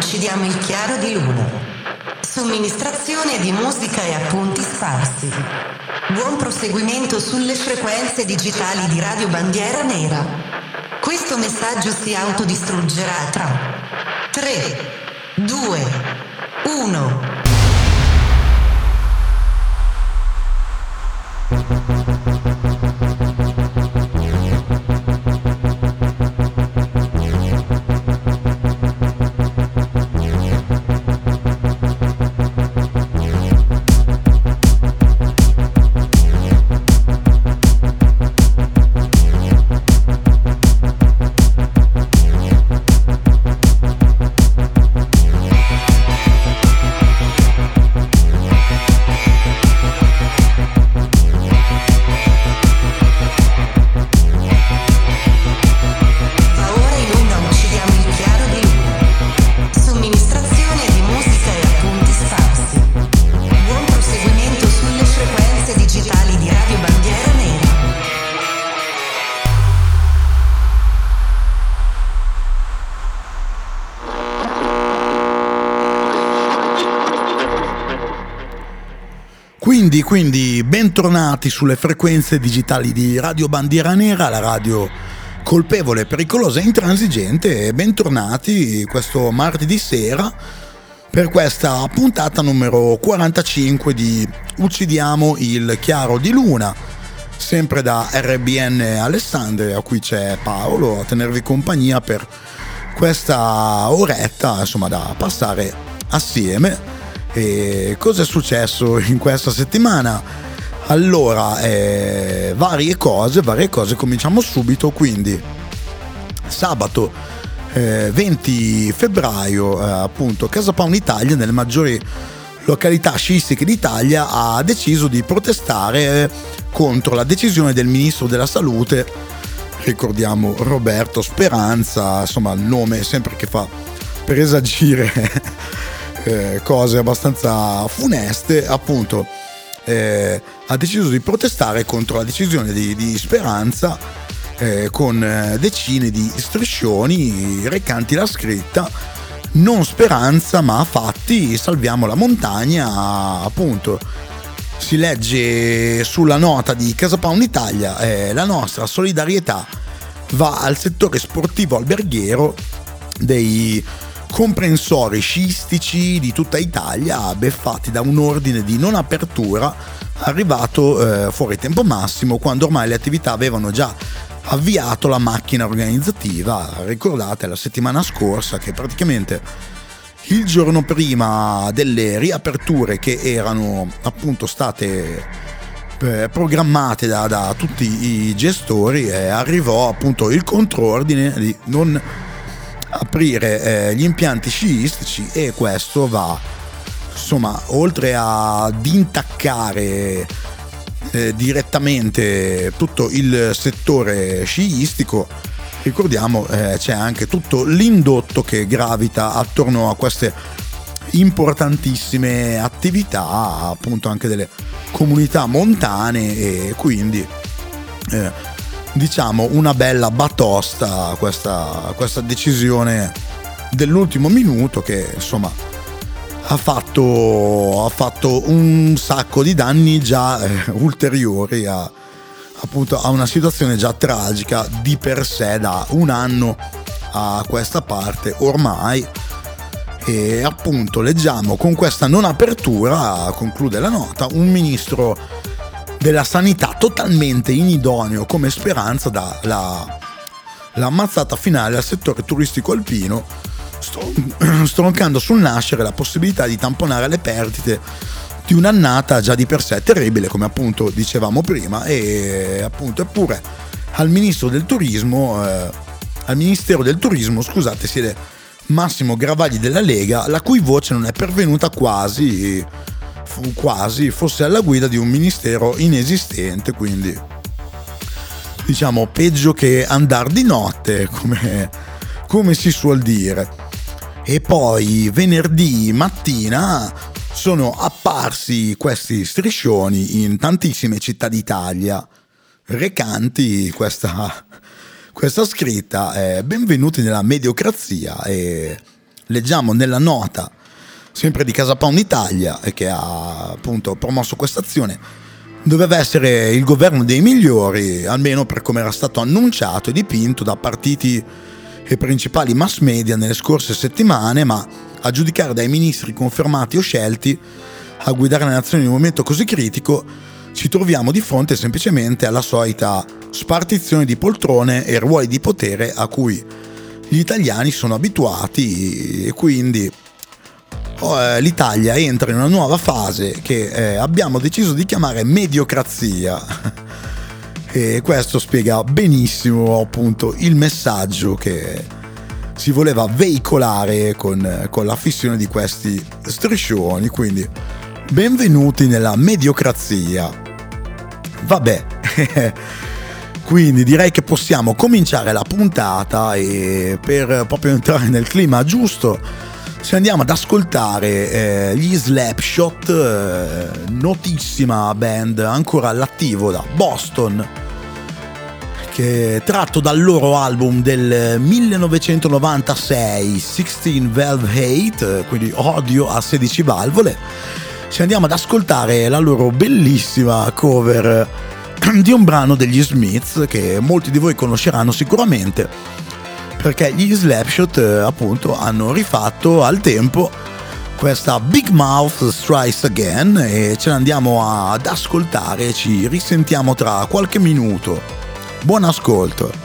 uccidiamo il chiaro di luna. Somministrazione di musica e appunti sparsi. Buon proseguimento sulle frequenze digitali di Radio Bandiera Nera. Questo messaggio si autodistruggerà tra 3, 2, 1. Quindi bentornati sulle frequenze digitali di Radio Bandiera Nera, la radio colpevole, pericolosa e intransigente, e bentornati questo martedì sera per questa puntata numero 45 di Uccidiamo il chiaro di luna, sempre da RBN Alessandria. Qui c'è Paolo a tenervi compagnia per questa oretta, insomma, da passare assieme. E cosa è successo in questa settimana? Allora, varie cose, cominciamo subito. Quindi sabato 20 febbraio appunto Casa Pound Italia, nelle maggiori località sciistiche d'Italia, ha deciso di protestare contro la decisione del ministro della salute, ricordiamo Roberto Speranza, insomma il nome sempre che fa presagire cose abbastanza funeste, appunto. Ha deciso di protestare contro la decisione di Speranza, con decine di striscioni recanti la scritta: non speranza ma fatti, salviamo la montagna. Appunto, si legge sulla nota di Casa Pound Italia: la nostra solidarietà va al settore sportivo alberghiero dei comprensori sciistici di tutta Italia, beffati da un ordine di non apertura arrivato fuori tempo massimo, quando ormai le attività avevano già avviato la macchina organizzativa. Ricordate la settimana scorsa che praticamente il giorno prima delle riaperture, che erano appunto state programmate da tutti i gestori, arrivò appunto il controordine di non aprire gli impianti sciistici, e questo va, insomma, oltre ad intaccare direttamente tutto il settore sciistico. Ricordiamo, c'è anche tutto l'indotto che gravita attorno a queste importantissime attività, appunto anche delle comunità montane, e quindi diciamo una bella batosta questa decisione dell'ultimo minuto, che insomma ha fatto un sacco di danni già ulteriori appunto a una situazione già tragica di per sé da un anno a questa parte ormai. E appunto leggiamo: con questa non apertura, conclude la nota, un ministro della sanità totalmente inidoneo come Speranza dà la mazzata finale al settore turistico alpino, stroncando sul nascere la possibilità di tamponare le perdite di un'annata già di per sé terribile, come appunto dicevamo prima. E appunto eppure al Ministero del Turismo, scusate, siede Massimo Gravagli della Lega, la cui voce non è pervenuta quasi fosse alla guida di un ministero inesistente. Quindi diciamo peggio che andar di notte, come si suol dire. E poi venerdì mattina sono apparsi questi striscioni in tantissime città d'Italia, recanti questa scritta: benvenuti nella mediocrazia. E leggiamo nella nota sempre di Casa Pound Italia, che ha appunto promosso questa azione, doveva essere il governo dei migliori, almeno per come era stato annunciato e dipinto da partiti e principali mass media nelle scorse settimane, ma a giudicare dai ministri confermati o scelti a guidare le nazioni in un momento così critico, ci troviamo di fronte semplicemente alla solita spartizione di poltrone e ruoli di potere a cui gli italiani sono abituati, e quindi l'Italia entra in una nuova fase che abbiamo deciso di chiamare mediocrazia. E questo spiega benissimo appunto il messaggio che si voleva veicolare con la fissione di questi striscioni. Quindi benvenuti nella mediocrazia. Vabbè, quindi direi che possiamo cominciare la puntata, e per proprio entrare nel clima giusto ci andiamo ad ascoltare gli Slapshot, notissima band ancora all'attivo da Boston, che tratto dal loro album del 1996 16 Valve Hate, quindi odio a 16 valvole, ci andiamo ad ascoltare la loro bellissima cover di un brano degli Smiths che molti di voi conosceranno sicuramente, perché gli Slapshot appunto hanno rifatto al tempo questa Big Mouth Strikes Again, e ce l'andiamo ad ascoltare. Ci risentiamo tra qualche minuto. Buon ascolto.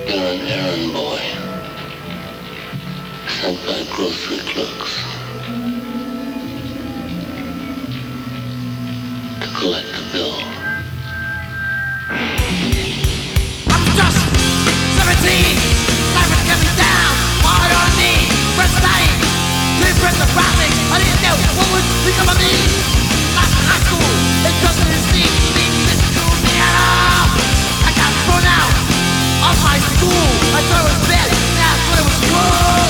You're an errand boy, sent by grocery clerks to collect the bill. I'm just 17, life is coming down, hard on me, first night, press the profit, I didn't know what would become of me. Not in high school, it doesn't seem to me at all. I got thrown out of my school, I thought it was bad, now I thought it was cool.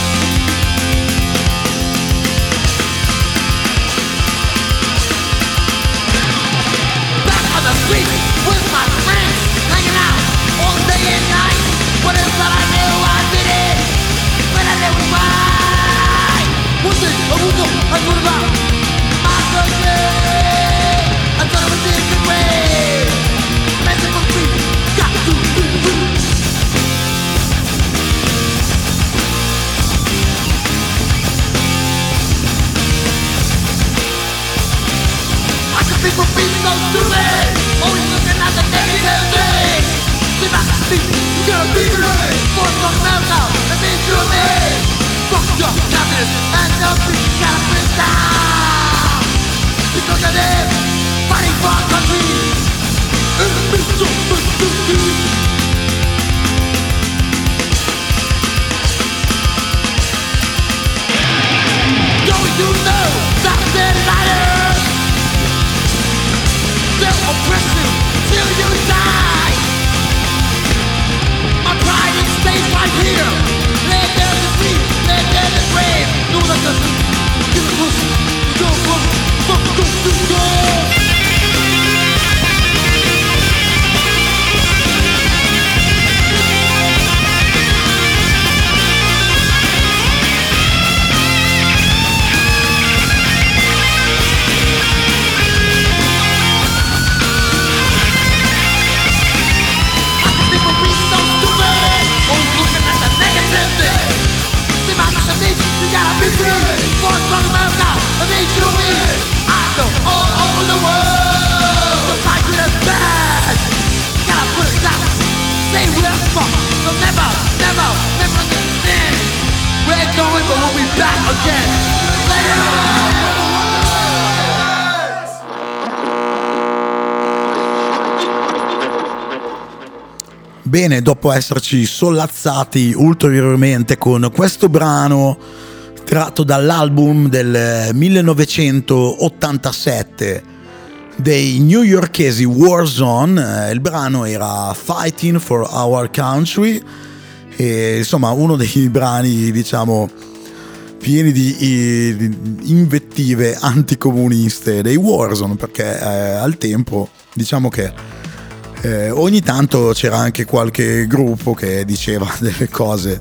Back on the street with my friends, hanging out all day and night. What is that I knew I did it, but I never right. What's it? I thought about my girlfriend. I thought it was in the way. Messing for free, got to be free. I can people be so stupid, always looking at the negative things. See my feet, you gotta be ready. Force from America, that means you and me. Fuck your happiness and your feet, gotta put it down. Because of them, fighting for our country. It's me so much to do. Don't you know that they're liars? They'll oppress you till you die. My pride it stays right here. Let there the free, let there the brave. No, that doesn't give a pussy. Go, go. You gotta be free. Born from America, I need you and me. I go all over the world. The fight to the bad. Gotta put it down. Stay with us, fuck. They'll never understand. We're going, but we'll be back again. Later. Bene, dopo esserci sollazzati ulteriormente con questo brano tratto dall'album del 1987 dei newyorkesi Warzone, il brano era Fighting for Our Country, e insomma uno dei brani, diciamo, pieni di invettive anticomuniste dei Warzone, perché al tempo, diciamo che ogni tanto c'era anche qualche gruppo che diceva delle cose,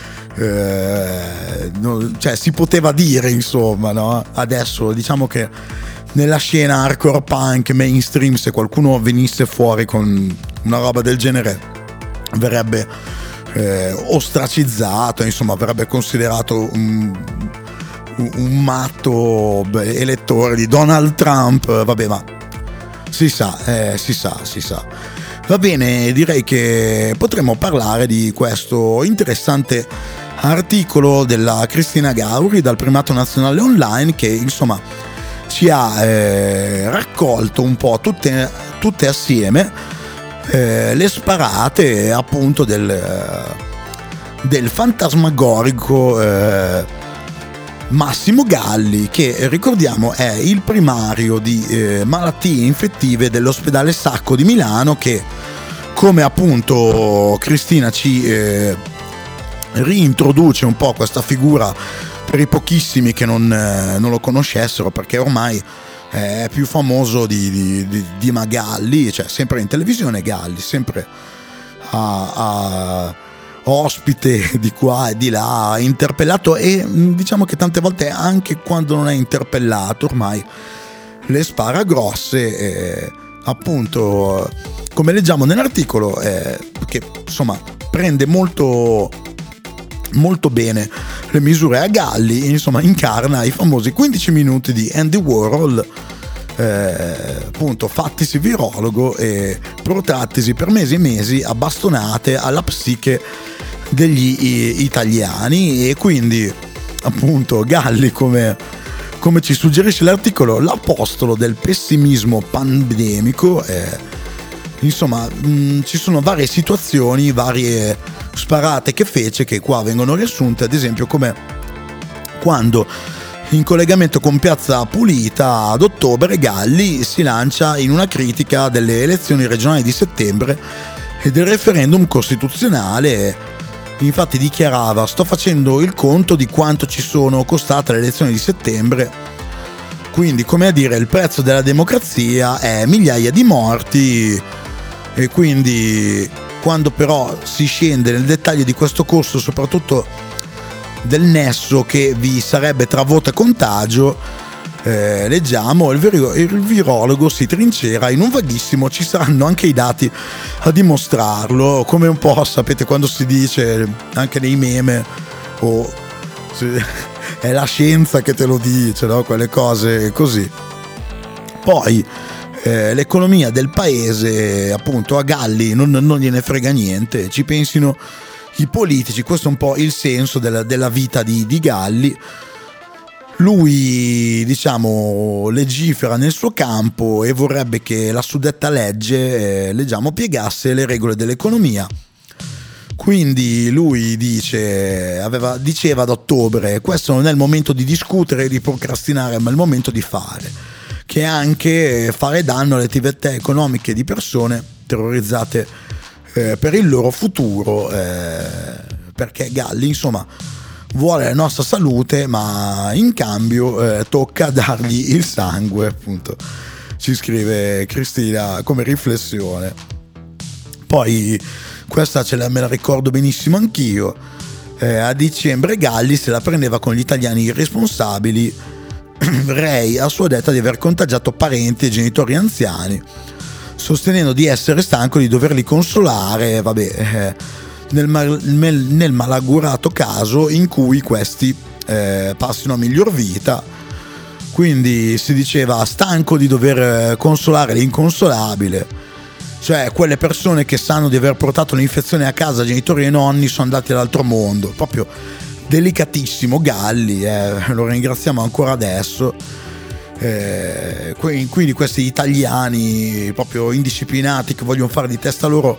cioè si poteva dire, insomma, no? Adesso diciamo che nella scena hardcore punk mainstream, se qualcuno venisse fuori con una roba del genere verrebbe ostracizzato, insomma verrebbe considerato un matto elettore di Donald Trump. Vabbè, ma si sa. Va bene, direi che potremmo parlare di questo interessante articolo della Cristina Gauri dal Primato Nazionale Online, che insomma ci ha raccolto un po' tutte assieme le sparate appunto del fantasmagorico Massimo Galli, che ricordiamo è il primario di malattie infettive dell'ospedale Sacco di Milano, che, come appunto Cristina ci riintroduce un po' questa figura per i pochissimi che non lo conoscessero, perché ormai è più famoso di Magalli, cioè sempre in televisione Galli, sempre a ospite di qua e di là, interpellato, e diciamo che tante volte anche quando non è interpellato ormai le spara grosse, appunto come leggiamo nell'articolo, che insomma prende molto bene le misure a Galli, insomma incarna i famosi 15 minuti di Andy Warhol appunto fattisi virologo e protrattisi per mesi e mesi a bastonate alla psiche degli italiani. E quindi appunto Galli, come ci suggerisce l'articolo, l'apostolo del pessimismo pandemico. Insomma, ci sono varie situazioni, varie sparate che fece, che qua vengono riassunte, ad esempio come quando in collegamento con Piazza Pulita ad ottobre Galli si lancia in una critica delle elezioni regionali di settembre e del referendum costituzionale. Infatti dichiarava: sto facendo il conto di quanto ci sono costate le elezioni di settembre, quindi come a dire il prezzo della democrazia è migliaia di morti. E quindi quando però si scende nel dettaglio di questo corso, soprattutto del nesso che vi sarebbe tra voto e contagio, leggiamo il virologo si trincera in un vaghissimo ci saranno anche i dati a dimostrarlo, come un po' sapete quando si dice anche nei meme è la scienza che te lo dice, no? Quelle cose così. Poi l'economia del paese, appunto, a Galli non gliene frega niente, ci pensino i politici. Questo è un po' il senso della vita di Galli. Lui, diciamo, legifera nel suo campo e vorrebbe che la suddetta legge, leggiamo, piegasse le regole dell'economia. Quindi lui diceva ad ottobre: questo non è il momento di discutere e di procrastinare, ma è il momento di fare, che è anche fare danno alle attività economiche di persone terrorizzate per il loro futuro, perché Galli, insomma, vuole la nostra salute, ma in cambio tocca dargli il sangue, appunto, ci scrive Cristina come riflessione. Poi questa me la ricordo benissimo anch'io. A dicembre Galli se la prendeva con gli italiani irresponsabili. Rei a sua detta di aver contagiato parenti e genitori anziani, sostenendo di essere stanco di doverli consolare, nel malaugurato caso in cui questi passino a miglior vita. Quindi si diceva stanco di dover consolare l'inconsolabile, cioè quelle persone che sanno di aver portato l'infezione a casa, genitori e nonni sono andati all'altro mondo. Proprio delicatissimo Galli, lo ringraziamo ancora adesso. Quindi questi italiani proprio indisciplinati che vogliono fare di testa loro,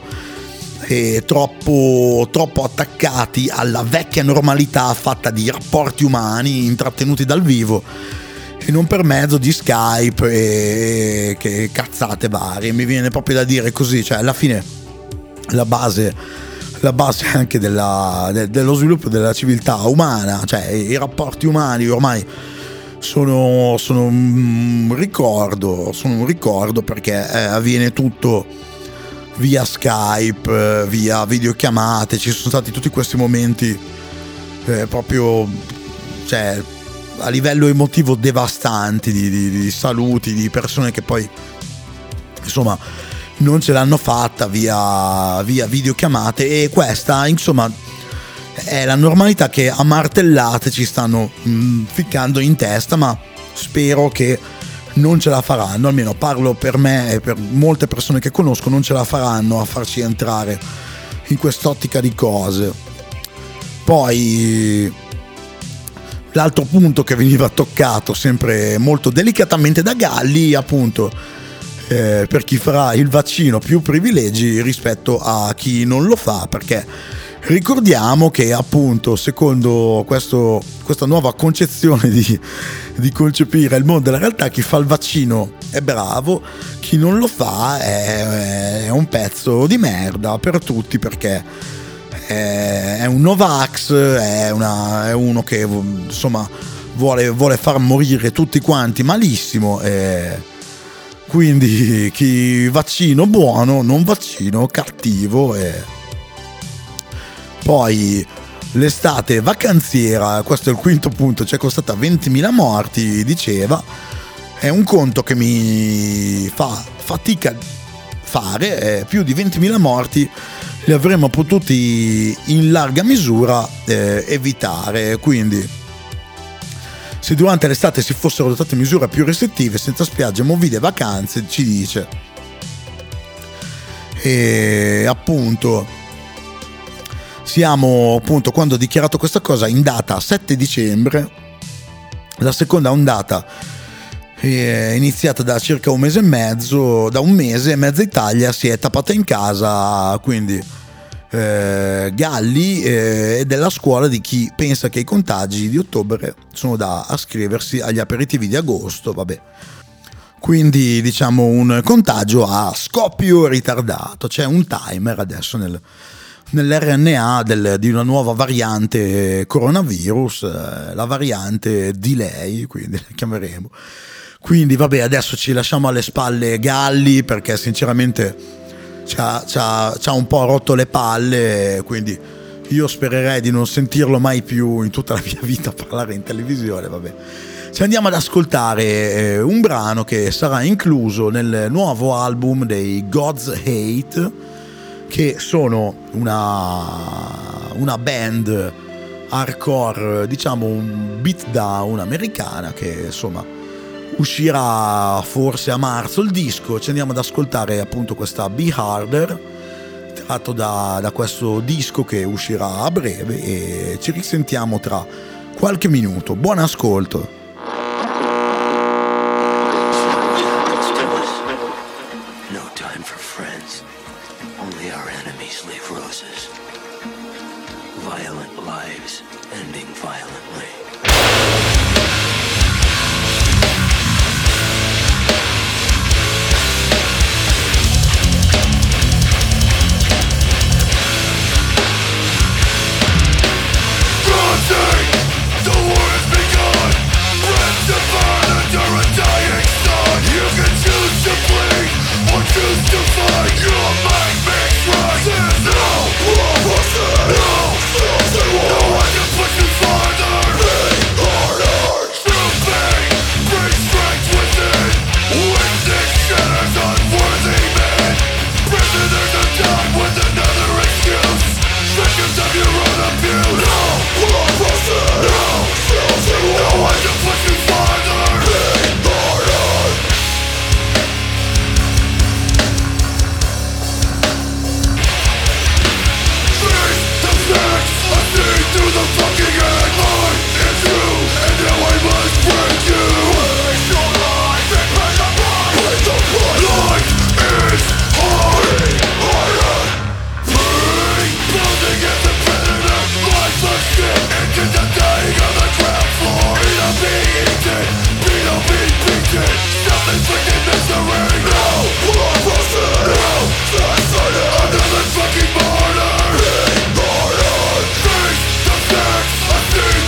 troppo attaccati alla vecchia normalità fatta di rapporti umani intrattenuti dal vivo e non per mezzo di Skype e che cazzate varie. Mi viene proprio da dire così, cioè alla fine la base anche dello sviluppo della civiltà umana, cioè i rapporti umani ormai sono un ricordo perché avviene tutto via Skype, via videochiamate. Ci sono stati tutti questi momenti proprio, cioè, a livello emotivo devastanti di saluti di persone che poi insomma non ce l'hanno fatta via videochiamate, e questa insomma è la normalità che a martellate ci stanno ficcando in testa, ma spero che non ce la faranno, almeno parlo per me e per molte persone che conosco, non ce la faranno a farci entrare in quest'ottica di cose. Poi l'altro punto che veniva toccato sempre molto delicatamente da Galli, appunto, per chi farà il vaccino più privilegi rispetto a chi non lo fa, perché ricordiamo che appunto secondo questa nuova concezione di concepire il mondo della realtà, chi fa il vaccino è bravo, chi non lo fa è un pezzo di merda per tutti, perché è un Novax, è uno che insomma vuole far morire tutti quanti malissimo, quindi chi vaccino buono, non vaccino cattivo. Poi l'estate vacanziera, questo è il quinto punto, ci è costata 20.000 morti, diceva. È un conto che mi fa fatica fare, più di 20.000 morti li avremmo potuti in larga misura evitare. Quindi se durante l'estate si fossero adottate misure più restrittive, senza spiagge, movide, vacanze, ci dice. E appunto siamo, appunto, quando ho dichiarato questa cosa, in data 7 dicembre, la seconda ondata è iniziata da circa un mese e mezzo, da un mese e mezza Italia si è tappata in casa, quindi Galli è della scuola di chi pensa che i contagi di ottobre sono da ascriversi agli aperitivi di agosto, vabbè. Quindi diciamo un contagio a scoppio ritardato, c'è un timer adesso nell'RNA di una nuova variante coronavirus, la variante delay, quindi la chiameremo. Quindi vabbè, adesso ci lasciamo alle spalle Galli, perché sinceramente ci ha un po' rotto le palle, quindi io spererei di non sentirlo mai più in tutta la mia vita parlare in televisione, vabbè. Ci andiamo ad ascoltare un brano che sarà incluso nel nuovo album dei God's Hate, che sono una band hardcore, diciamo un beatdown americana, che insomma uscirà forse a marzo il disco. Ci andiamo ad ascoltare appunto questa Be Harder, tratto da questo disco che uscirà a breve, e ci risentiamo tra qualche minuto. Buon ascolto. No time for friends. Only our enemies leave roses. Violent lives ending violently. The war has begun. Friends to burn under a dying sun. You can choose to bleed or choose to fight. Your mind makes right. There's no opposite. No one can push you farther. Be harder. True pain brings strength within. Weakness shatters unworthy men. Prisoners of time with another excuse. Victims of your own abuse. No opposite. No one to push you farther. Be harder. Face the facts. I see through the fucking end. I am you, and now I must break you. Face your life and pay the price. Pay the price. Life is hard. Harder. Pain building at the predator. Lifeless shit into the dying of the ground floor. Beat up, be eaten. Beat up, be beaten. Self-inflicted misery. No opposite. No suicide. Another fucking martyr. Be harder. Face the facts. I see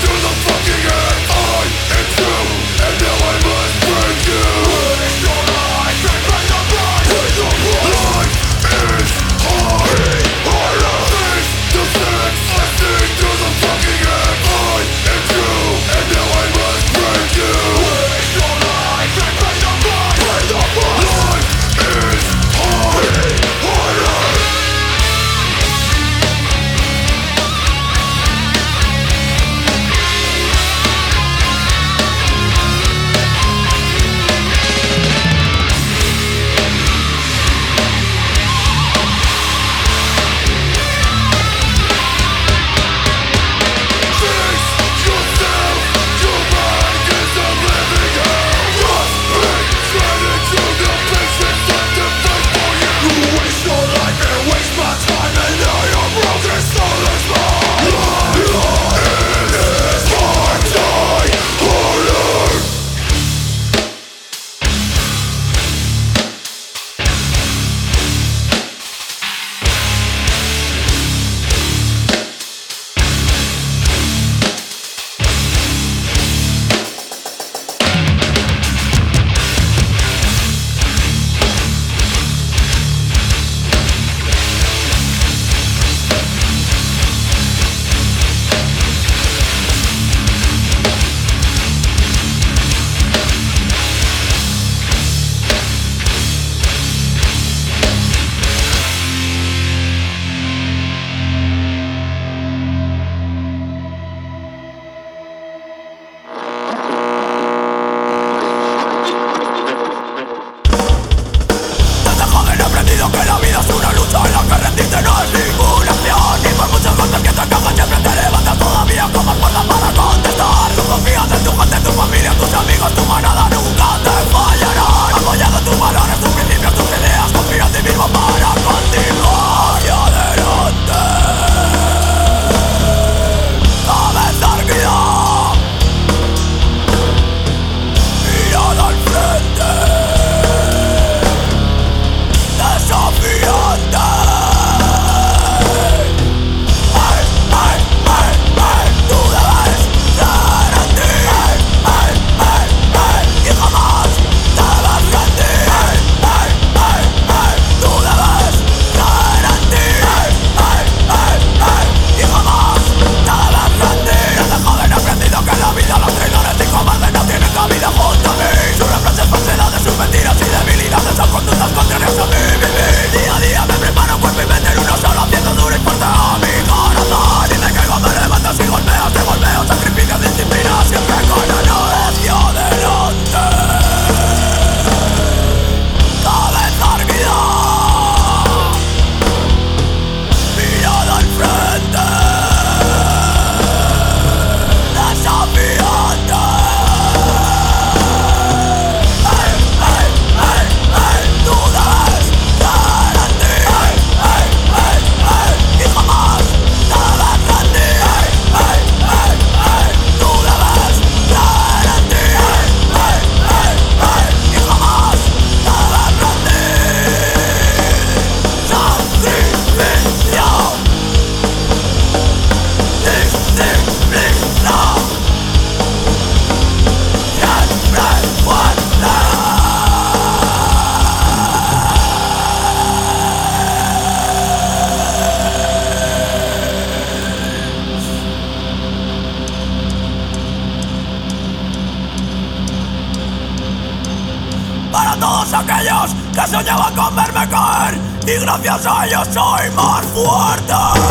todos aquellos que soñaban con verme caer, y gracias a ellos soy más fuerte.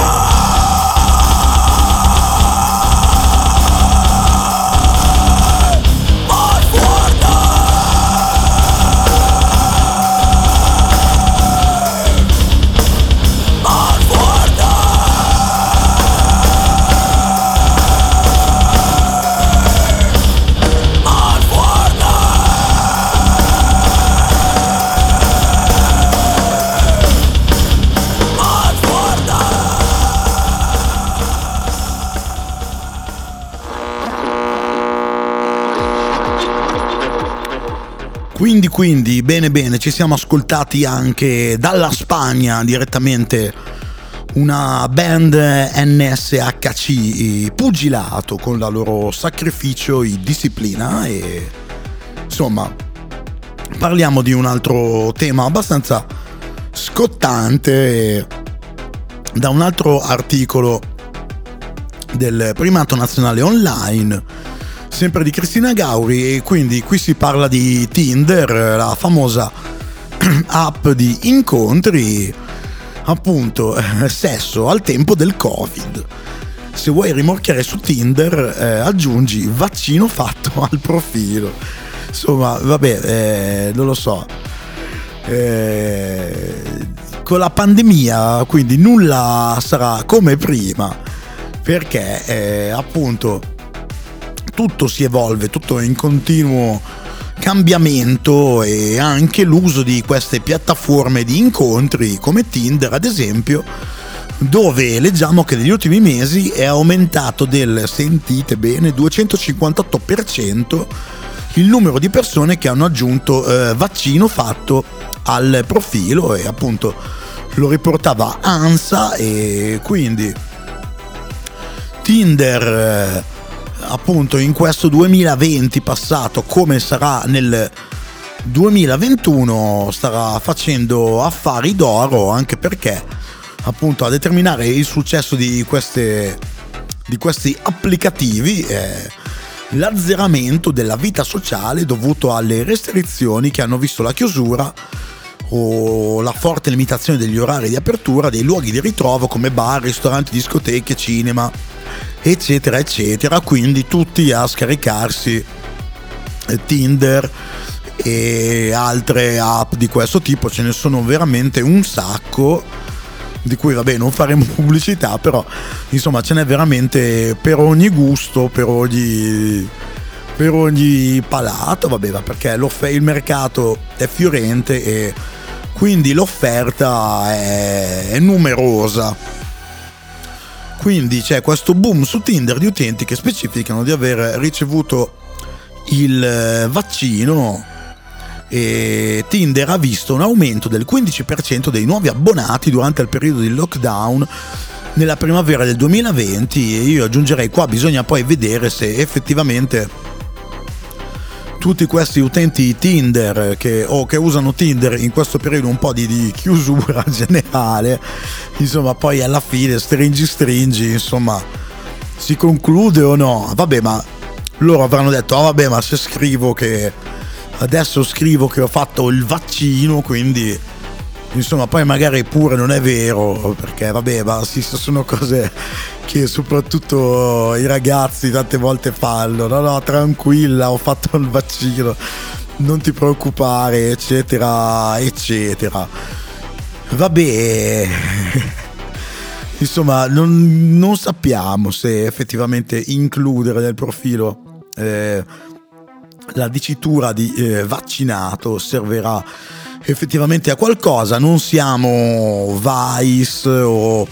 Quindi, bene, ci siamo ascoltati anche dalla Spagna direttamente una band NSHC Pugilato con la loro Sacrificio e Disciplina, e insomma parliamo di un altro tema abbastanza scottante da un altro articolo del Primato Nazionale Online, sempre di Cristina Gauri, e quindi qui si parla di Tinder, la famosa app di incontri, appunto, sesso al tempo del Covid. Se vuoi rimorchiare su Tinder, aggiungi vaccino fatto al profilo. Insomma, vabbè, non lo so. Con la pandemia, quindi nulla sarà come prima, perché appunto tutto si evolve, tutto è in continuo cambiamento, e anche l'uso di queste piattaforme di incontri come Tinder, ad esempio, dove leggiamo che negli ultimi mesi è aumentato del, sentite bene, 258% il numero di persone che hanno aggiunto vaccino fatto al profilo, e appunto lo riportava ANSA. E quindi Tinder appunto in questo 2020 passato, come sarà nel 2021, starà facendo affari d'oro, anche perché appunto a determinare il successo di questi applicativi è l'azzeramento della vita sociale dovuto alle restrizioni che hanno visto la chiusura o la forte limitazione degli orari di apertura dei luoghi di ritrovo come bar, ristoranti, discoteche, cinema, eccetera eccetera. Quindi tutti a scaricarsi Tinder e altre app di questo tipo, ce ne sono veramente un sacco, di cui vabbè non faremo pubblicità, però insomma ce n'è veramente per ogni gusto, per ogni palato, vabbè, perché il mercato è fiorente e quindi l'offerta è numerosa. Quindi c'è questo boom su Tinder di utenti che specificano di aver ricevuto il vaccino, e Tinder ha visto un aumento del 15% dei nuovi abbonati durante il periodo di lockdown nella primavera del 2020, e io aggiungerei qua bisogna poi vedere se effettivamente tutti questi utenti Tinder che usano Tinder in questo periodo un po' di chiusura generale, insomma poi alla fine stringi, insomma si conclude o no? Vabbè, ma loro avranno detto vabbè, ma se adesso scrivo che ho fatto il vaccino, quindi insomma poi magari pure non è vero, perché vabbè, ma sono cose che soprattutto i ragazzi tante volte fanno. No, tranquilla, ho fatto il vaccino, non ti preoccupare, eccetera eccetera. Vabbè, insomma non sappiamo se effettivamente includere nel profilo la dicitura di vaccinato servirà effettivamente a qualcosa. Non siamo Vice o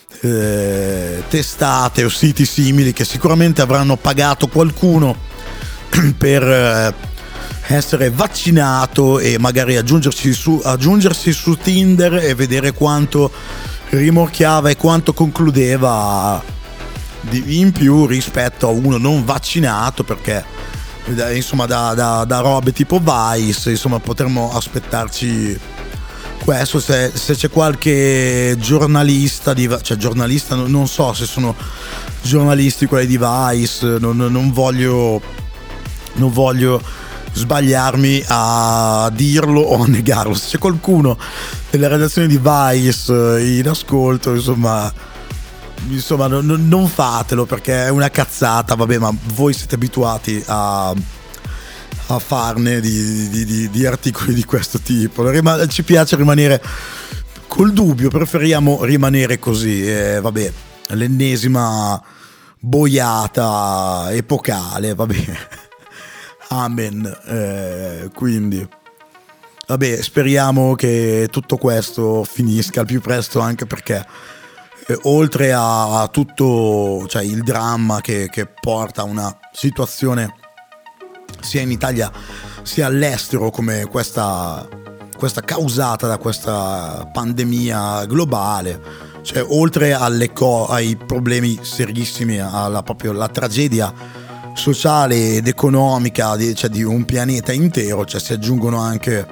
testate o siti simili che sicuramente avranno pagato qualcuno per essere vaccinato e magari aggiungersi su Tinder e vedere quanto rimorchiava e quanto concludeva in più rispetto a uno non vaccinato, perché insomma da robe tipo Vice insomma potremmo aspettarci questo. Se c'è qualche giornalista giornalista, non so se sono giornalisti quelli di Vice, non voglio sbagliarmi a dirlo o a negarlo. Se c'è qualcuno della redazione di Vice in ascolto, insomma non fatelo, perché è una cazzata, vabbè, ma voi siete abituati a farne di articoli di questo tipo. Ci piace rimanere col dubbio, preferiamo rimanere così, vabbè, l'ennesima boiata epocale, vabbè. Amen. Quindi vabbè, speriamo che tutto questo finisca al più presto, anche perché oltre a tutto, cioè il dramma che porta a una situazione sia in Italia sia all'estero, come questa causata da questa pandemia globale, cioè oltre ai problemi serissimi, proprio la tragedia sociale ed economica di un pianeta intero, cioè si aggiungono anche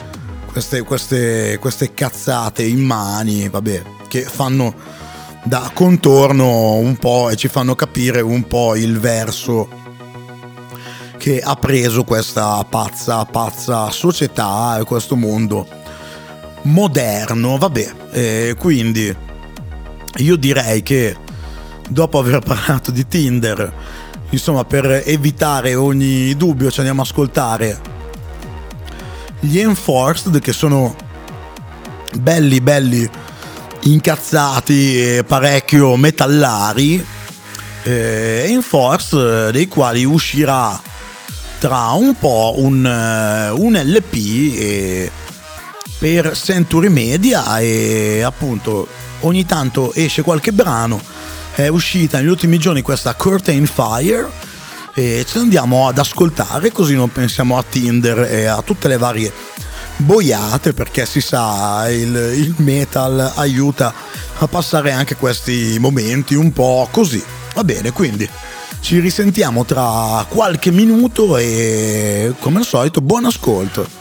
queste cazzate immani, vabbè, che fanno da contorno un po' e ci fanno capire un po' il verso che ha preso questa pazza società e questo mondo moderno, vabbè. Quindi io direi che dopo aver parlato di Tinder, insomma, per evitare ogni dubbio ci andiamo a ascoltare gli Enforced, che sono belli incazzati e parecchio metallari, Enforced, dei quali uscirà tra un po' un LP per Century Media, e appunto ogni tanto esce qualche brano. È uscita negli ultimi giorni questa Curtain Fire e ce l'andiamo ad ascoltare, così non pensiamo a Tinder e a tutte le varie boiate, perché si sa, il metal aiuta a passare anche questi momenti un po' così. Va bene, quindi ci risentiamo tra qualche minuto e come al solito buon ascolto.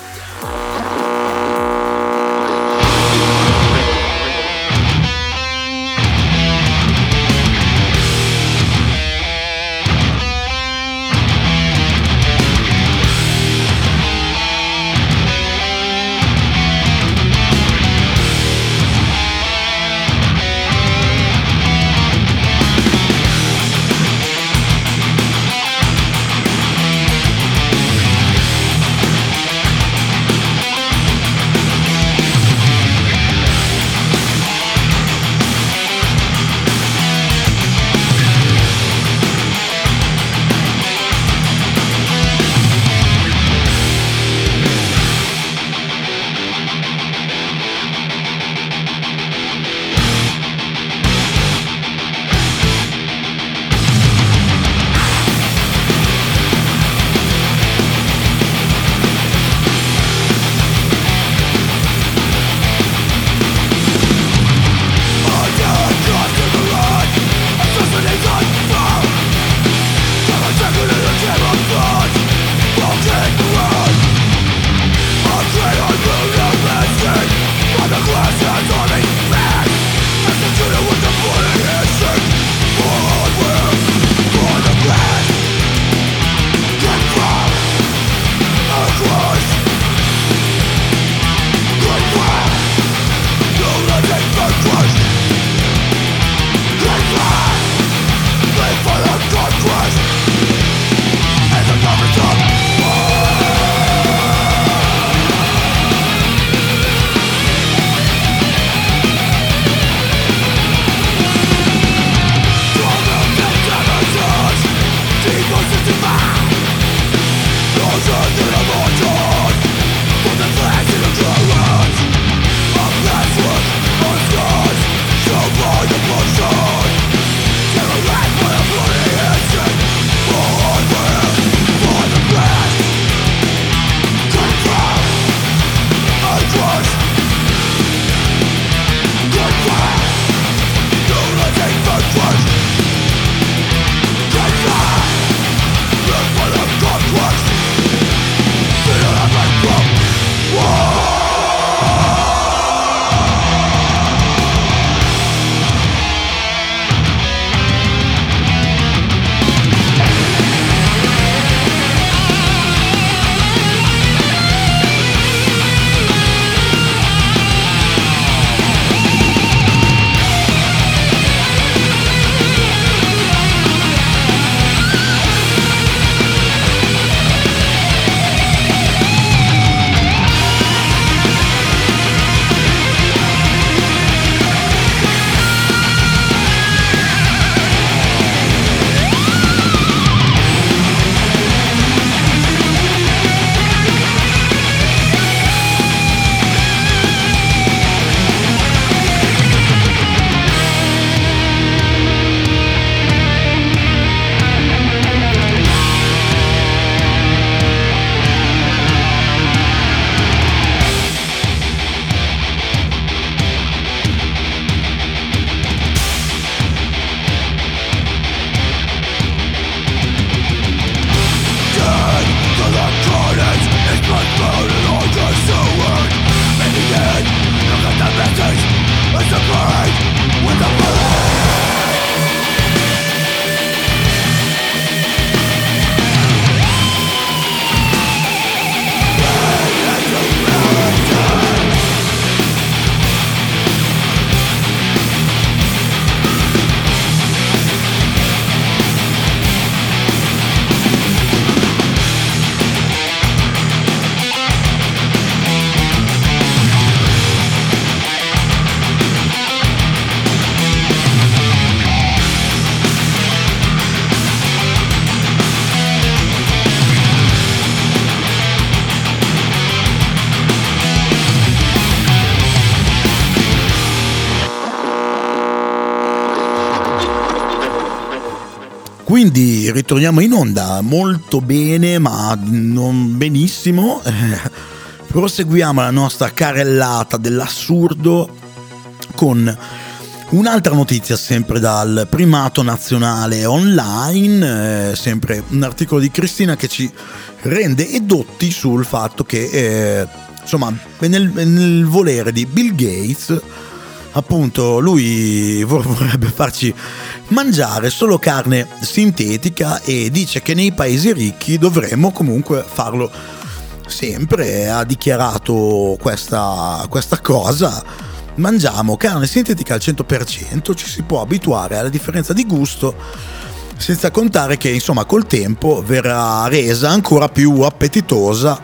Quindi ritorniamo in onda, molto bene ma non benissimo. Proseguiamo la nostra carrellata dell'assurdo con un'altra notizia sempre dal Primato Nazionale Online, sempre un articolo di Cristina che ci rende edotti sul fatto che insomma nel volere di Bill Gates, appunto, lui vorrebbe farci mangiare solo carne sintetica e dice che nei paesi ricchi dovremmo comunque farlo sempre. Ha dichiarato questa cosa: mangiamo carne sintetica al 100%, ci si può abituare alla differenza di gusto, senza contare che insomma col tempo verrà resa ancora più appetitosa.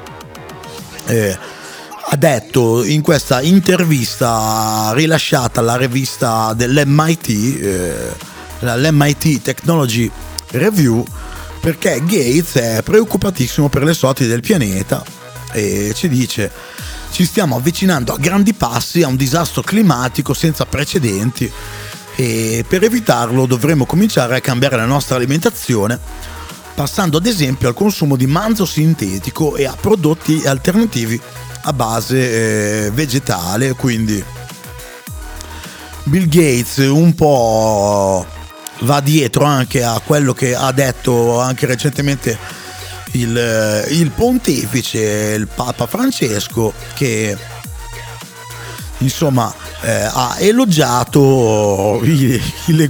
Ha detto in questa intervista rilasciata alla rivista dell'MIT, l'MIT Technology Review, perché Gates è preoccupatissimo per le sorti del pianeta e ci dice: ci stiamo avvicinando a grandi passi a un disastro climatico senza precedenti e per evitarlo dovremo cominciare a cambiare la nostra alimentazione, passando ad esempio al consumo di manzo sintetico e a prodotti alternativi a base vegetale. Quindi Bill Gates un po' va dietro anche a quello che ha detto anche recentemente il pontefice, il Papa Francesco, che insomma ha elogiato i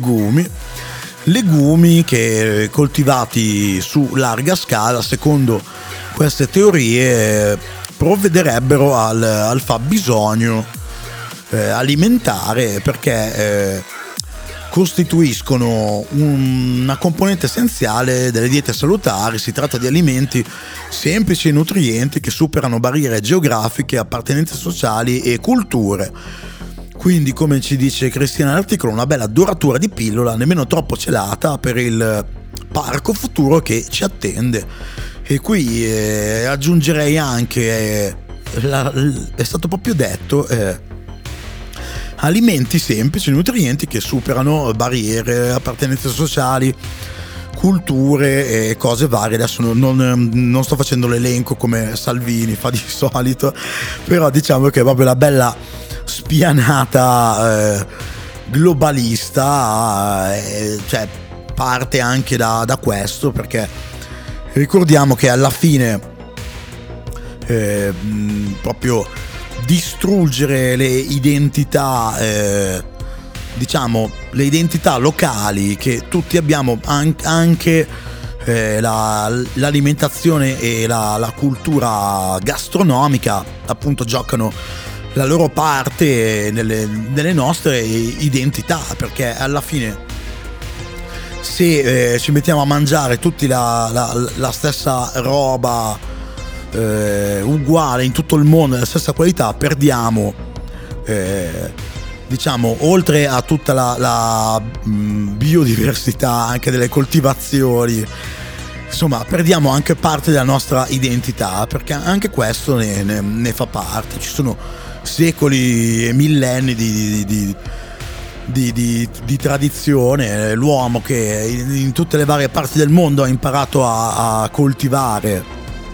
legumi che coltivati su larga scala, secondo queste teorie, provvederebbero al fabbisogno alimentare, perché costituiscono una componente essenziale delle diete salutari. Si tratta di alimenti semplici e nutrienti che superano barriere geografiche, appartenenze sociali e culture. Quindi, come ci dice Cristina nell'articolo, una bella doratura di pillola, nemmeno troppo celata, per il parco futuro che ci attende. E qui aggiungerei anche, è stato proprio detto, alimenti semplici, nutrienti che superano barriere, appartenenze sociali, culture e cose varie. Adesso non sto facendo l'elenco come Salvini fa di solito, però diciamo che è proprio la bella spianata globalista, cioè parte anche da questo, perché ricordiamo che alla fine proprio distruggere le identità, diciamo le identità locali che tutti abbiamo, anche l'alimentazione e la cultura gastronomica, appunto, giocano la loro parte nelle nostre identità, perché alla fine se ci mettiamo a mangiare tutti la stessa roba uguale in tutto il mondo, della stessa qualità, perdiamo diciamo, oltre a tutta la biodiversità anche delle coltivazioni, insomma perdiamo anche parte della nostra identità, perché anche questo ne fa parte. Ci sono secoli e millenni di tradizione, l'uomo che in tutte le varie parti del mondo ha imparato a coltivare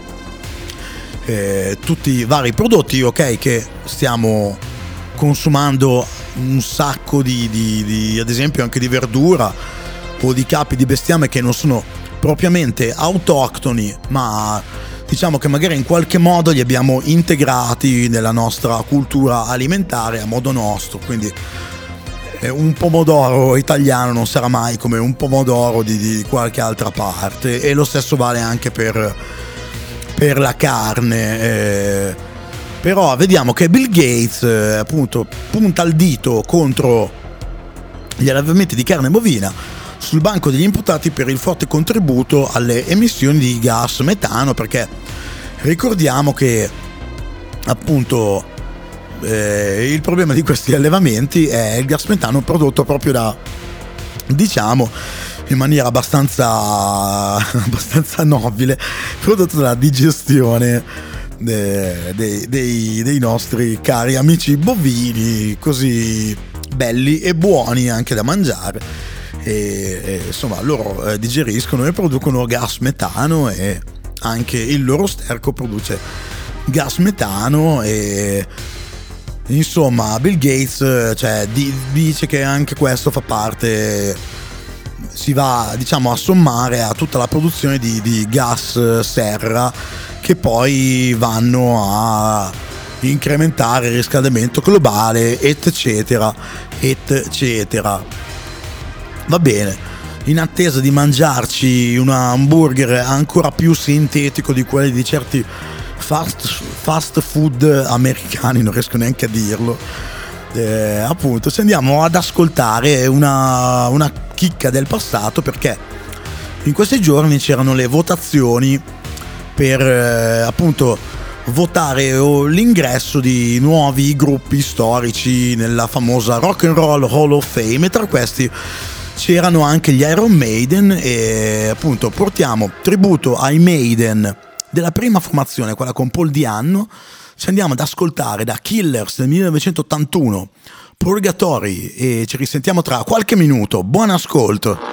tutti i vari prodotti, ok, che stiamo consumando un sacco di ad esempio anche di verdura o di capi di bestiame che non sono propriamente autoctoni, ma diciamo che magari in qualche modo li abbiamo integrati nella nostra cultura alimentare a modo nostro. Quindi un pomodoro italiano non sarà mai come un pomodoro di qualche altra parte, e lo stesso vale anche per la carne. Però vediamo che Bill Gates appunto punta il dito contro gli allevamenti di carne bovina sul banco degli imputati per il forte contributo alle emissioni di gas metano, perché ricordiamo che appunto il problema di questi allevamenti è il gas metano prodotto proprio da, diciamo, in maniera abbastanza nobile, prodotto dalla digestione dei nostri cari amici bovini, così belli e buoni anche da mangiare. e insomma loro digeriscono e producono gas metano, e anche il loro sterco produce gas metano. E insomma Bill Gates dice che anche questo fa parte, si va diciamo a sommare a tutta la produzione di gas serra, che poi vanno a incrementare il riscaldamento globale, eccetera eccetera. Va bene, in attesa di mangiarci un hamburger ancora più sintetico di quelli di certi fast food americani, non riesco neanche a dirlo, appunto ci andiamo ad ascoltare una chicca del passato, perché in questi giorni c'erano le votazioni per appunto votare l'ingresso di nuovi gruppi storici nella famosa Rock and Roll Hall of Fame, e tra questi c'erano anche gli Iron Maiden, e appunto portiamo tributo ai Maiden della prima formazione, quella con Paul Di'Anno. Ci andiamo ad ascoltare da Killers del 1981 Purgatory, e ci risentiamo tra qualche minuto. Buon ascolto.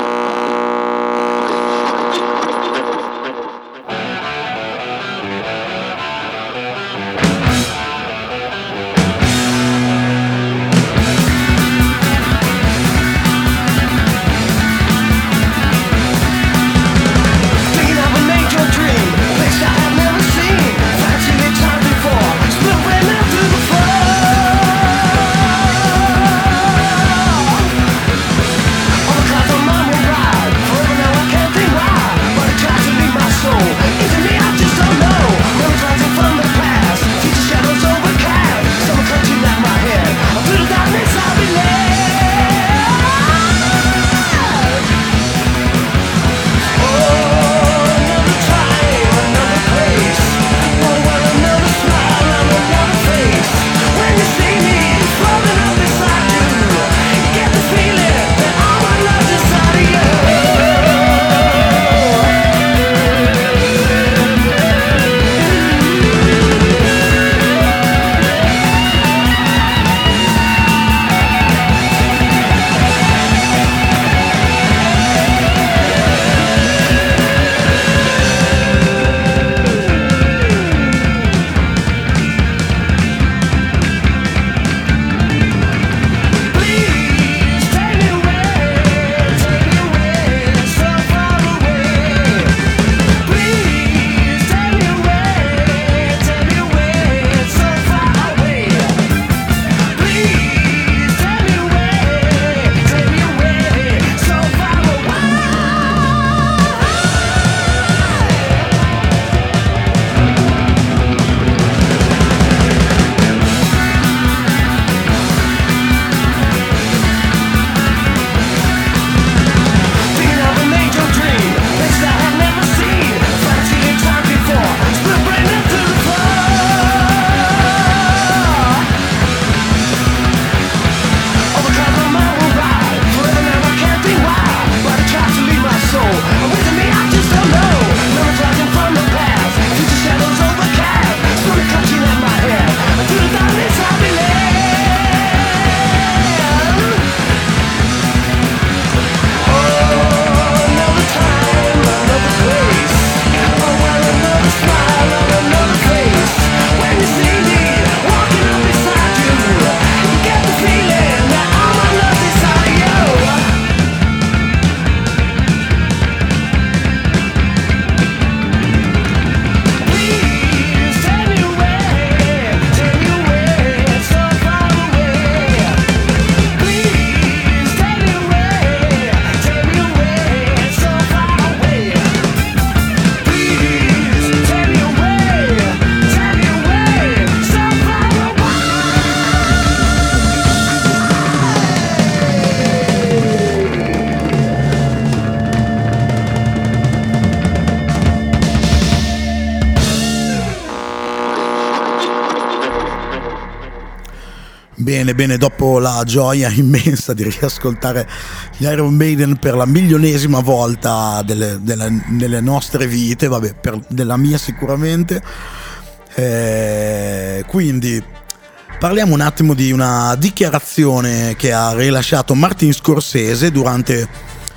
Bene, dopo la gioia immensa di riascoltare gli Iron Maiden per la milionesima volta nelle nostre vite, vabbè, della mia sicuramente, quindi parliamo un attimo di una dichiarazione che ha rilasciato Martin Scorsese durante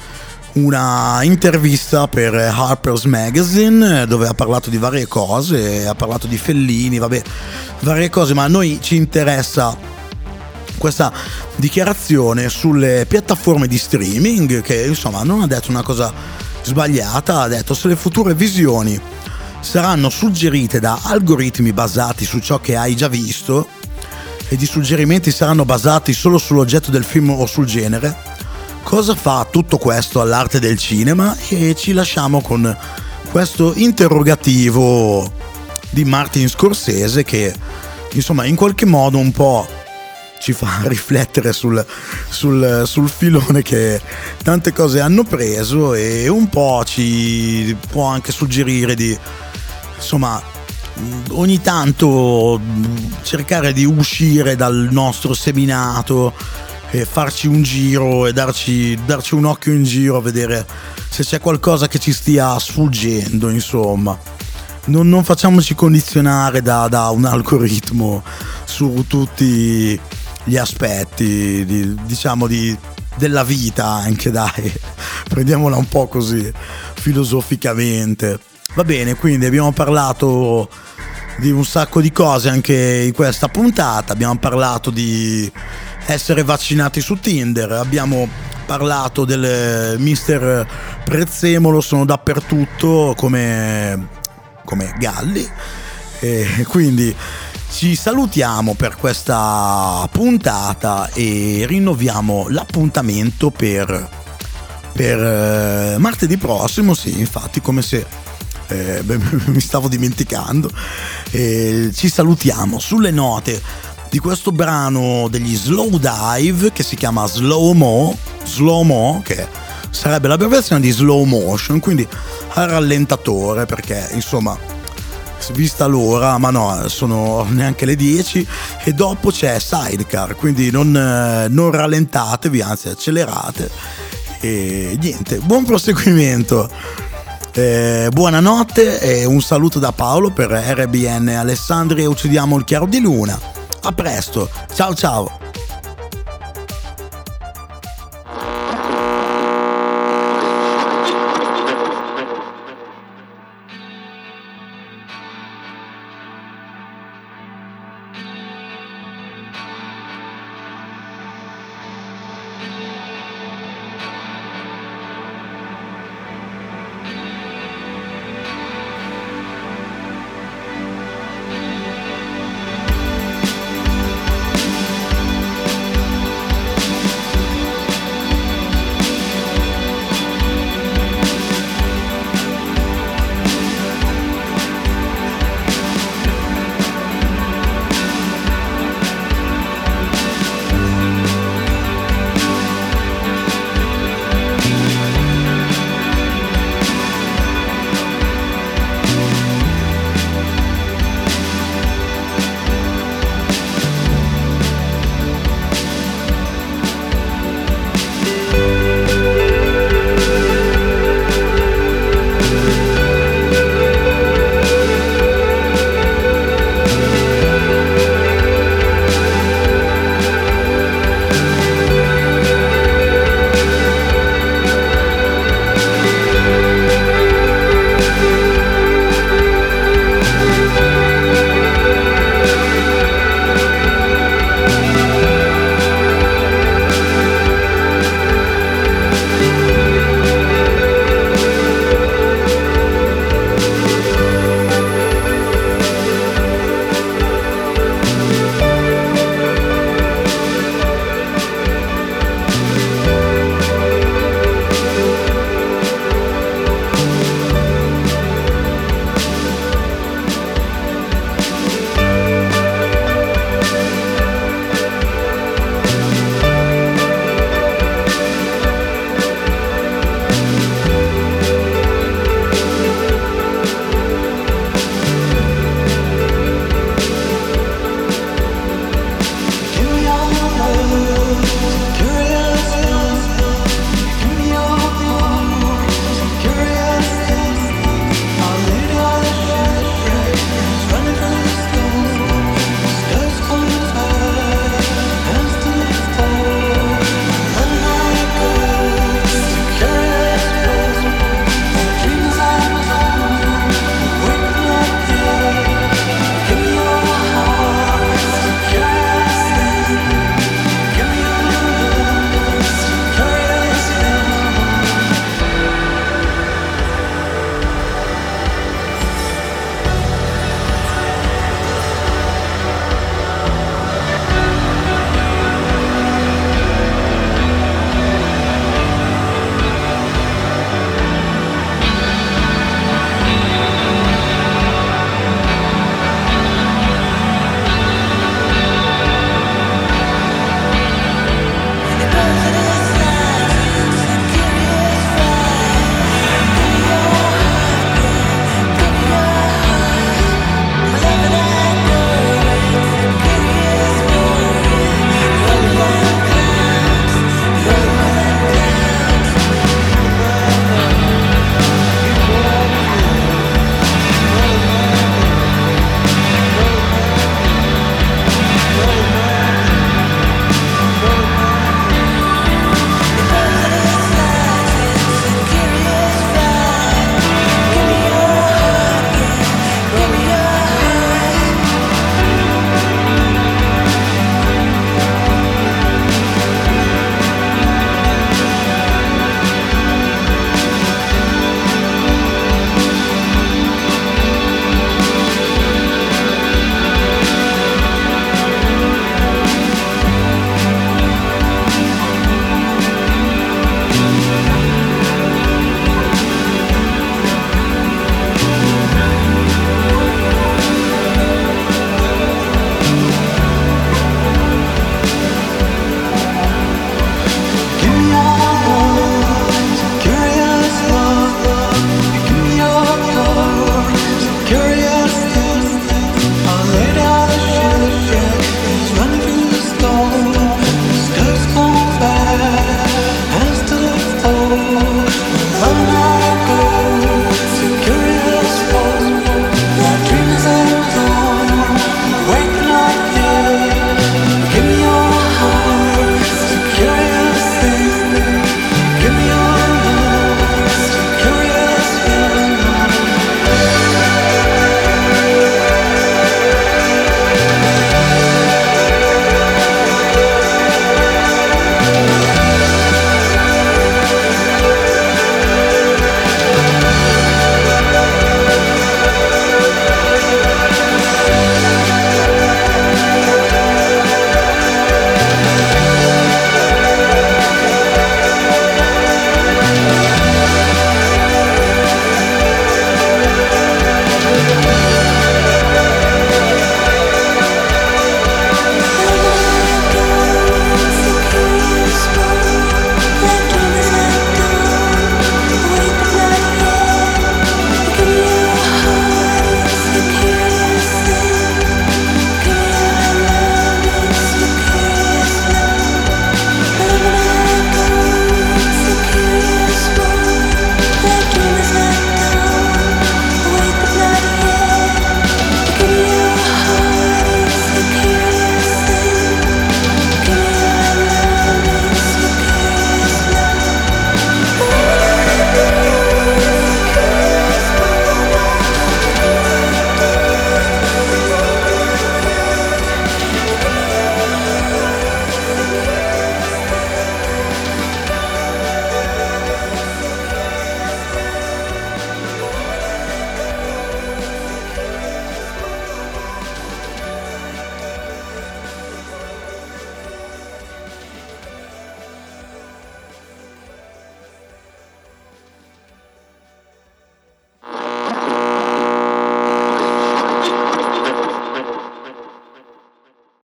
una intervista per Harper's Magazine, dove ha parlato di varie cose, ha parlato di Fellini, varie cose, ma a noi ci interessa questa dichiarazione sulle piattaforme di streaming, che insomma non ha detto una cosa sbagliata, ha detto: se le future visioni saranno suggerite da algoritmi basati su ciò che hai già visto ed i suggerimenti saranno basati solo sull'oggetto del film o sul genere, cosa fa tutto questo all'arte del cinema? E ci lasciamo con questo interrogativo di Martin Scorsese, che insomma in qualche modo un po' ci fa riflettere sul filone che tante cose hanno preso, e un po' ci può anche suggerire di, insomma, ogni tanto cercare di uscire dal nostro seminato e farci un giro e darci un occhio in giro a vedere se c'è qualcosa che ci stia sfuggendo, insomma. Non facciamoci condizionare da un algoritmo su tutti gli aspetti della vita, anche, dai, prendiamola un po' così filosoficamente. Va bene, quindi abbiamo parlato di un sacco di cose anche in questa puntata. Abbiamo parlato di essere vaccinati su Tinder, abbiamo parlato del Mister Prezzemolo, sono dappertutto come Galli, e quindi ci salutiamo per questa puntata e rinnoviamo l'appuntamento per martedì prossimo. Sì, infatti, come se mi stavo dimenticando. Ci salutiamo sulle note di questo brano degli Slow Dive che si chiama Slow Mo, che sarebbe l'abbreviazione di slow motion, quindi al rallentatore, perché insomma, vista l'ora, ma no, sono neanche le 10 e dopo c'è Sidecar, quindi non rallentatevi, anzi accelerate. E niente, buon proseguimento, buonanotte e un saluto da Paolo per RBN Alessandria. Uccidiamo il chiaro di luna. A presto, ciao ciao.